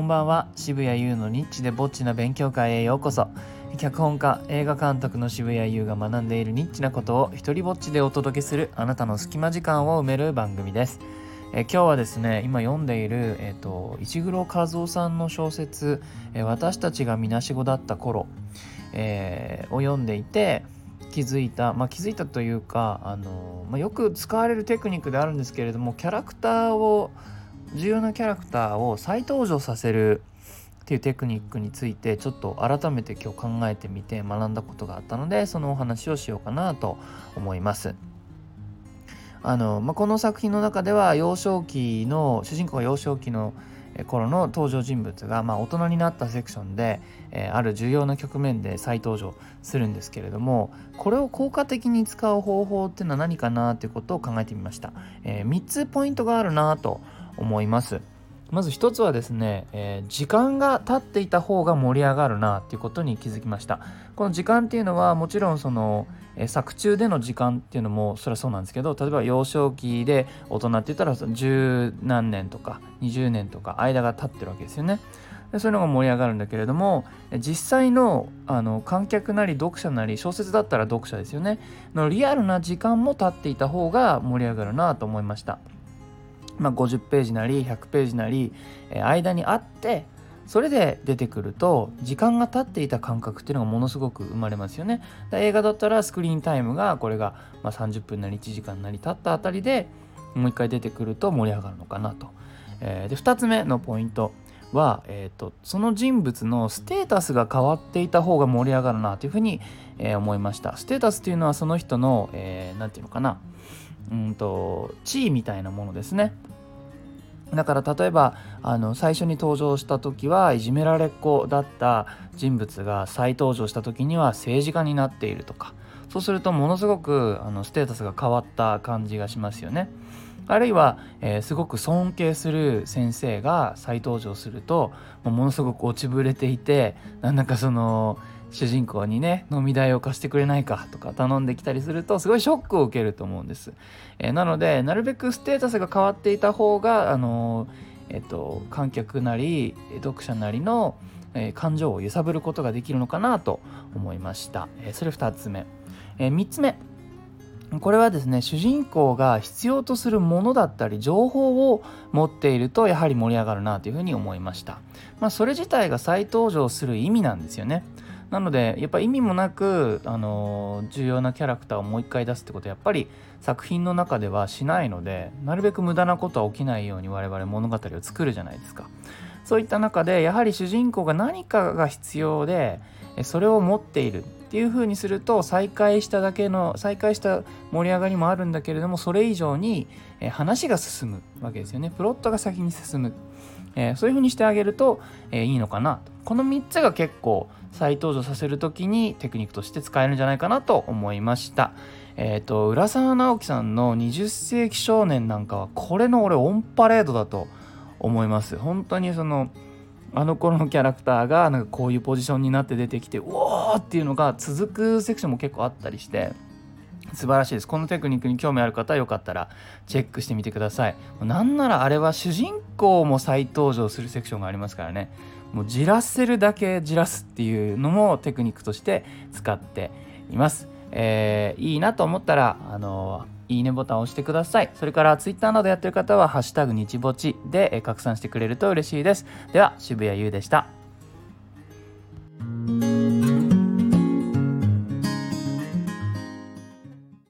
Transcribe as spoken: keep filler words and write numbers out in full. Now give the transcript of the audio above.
んばんは。渋谷優のニッチでぼっちな勉強会へようこそ。脚本家、映画監督の渋谷優が学んでいるニッチなことを一人ぼっちでお届けするあなたの隙間時間を埋める番組です。え今日はですね、今読んでいる、えーと、石黒和夫さんの小説、え私たちがみなしごだった頃、えー、を読んでいて気づいた、まあ、気づいたというか、あの、まあ、よく使われるテクニックであるんですけれども、キャラクターを重要なキャラクターを再登場させるっていうテクニックについてちょっと改めて今日考えてみて学んだことがあったので、そのお話をしようかなと思います。あの、まあ、この作品の中では幼少期の主人公が幼少期の頃の登場人物が、まあ、大人になったセクションで、えー、ある重要な局面で再登場するんですけれども、これを効果的に使う方法っていうのは何かなということを考えてみました。えー、みっつポイントがあるなと思います。まず一つはですね、えー、時間が経っていた方が盛り上がるなっていうことに気づきました。この時間っていうのはもちろんその、えー、作中での時間っていうのもそれはそうなんですけど、例えば幼少期で大人って言ったら十何年とかにじゅうねんとか間が経ってるわけですよね。でそういうのが盛り上がるんだけれども、実際の、あの観客なり読者なり、小説だったら読者ですよねのリアルな時間も経っていた方が盛り上がるなと思いました。まあ、ごじゅっページなりひゃくページなり、えー、間にあってそれで出てくると時間が経っていた感覚っていうのがものすごく生まれますよね。だ映画だったらスクリーンタイムがこれがまあさんじゅっぷんなりいちじかんなり経ったあたりでもう一回出てくると盛り上がるのかなと。えー、でふたつめのポイントは、えーと、その人物のステータスが変わっていた方が盛り上がるなというふうに、えー、思いました。ステータスっていうのはその人の、えー、なんていうのかなうんと地位みたいなものですね。だから例えばあの最初に登場した時はいじめられっ子だった人物が再登場した時には政治家になっているとか、そうするとものすごくあのステータスが変わった感じがしますよね。あるいは、えー、すごく尊敬する先生が再登場するとものすごく落ちぶれていて、なんだかその主人公にね飲み代を貸してくれないかとか頼んできたりするとすごいショックを受けると思うんです。えー、なのでなるべくステータスが変わっていた方があのー、えっと観客なり読者なりの、えー、感情を揺さぶることができるのかなと思いました。えー、それふたつめ。えー、みっつめ、これはですね、主人公が必要とするものだったり情報を持っているとやはり盛り上がるなというふうに思いました。まあ、それ自体が再登場する意味なんですよね。なのでやっぱり意味もなく、あのー、重要なキャラクターをもう一回出すってことはやっぱり作品の中ではしないので、なるべく無駄なことは起きないように我々物語を作るじゃないですか。そういった中でやはり主人公が何かが必要でそれを持っているっていう風にすると、再開しただけの再開した盛り上がりもあるんだけれども、それ以上に話が進むわけですよね。プロットが先に進む、えー、そういう風にしてあげると、えー、いいのかなと。このみっつが結構再登場させるときにテクニックとして使えるんじゃないかなと思いました。えっと浦沢直樹さんのにじゅっ世紀少年なんかはこれの俺オンパレードだと思います。本当にそのあの頃のキャラクターがなんかこういうポジションになって出てきてうおーっていうのが続くセクションも結構あったりして素晴らしいです。このテクニックに興味ある方はよかったらチェックしてみてください。なんならあれは主人公も再登場するセクションがありますからね。もうじらせるだけじらすっていうのもテクニックとして使っています。えー、いいなと思ったらあのいいねボタンを押してください。それからツイッターなどやってる方はハッシュタグ日ぼちで拡散してくれると嬉しいです。では渋谷優でした。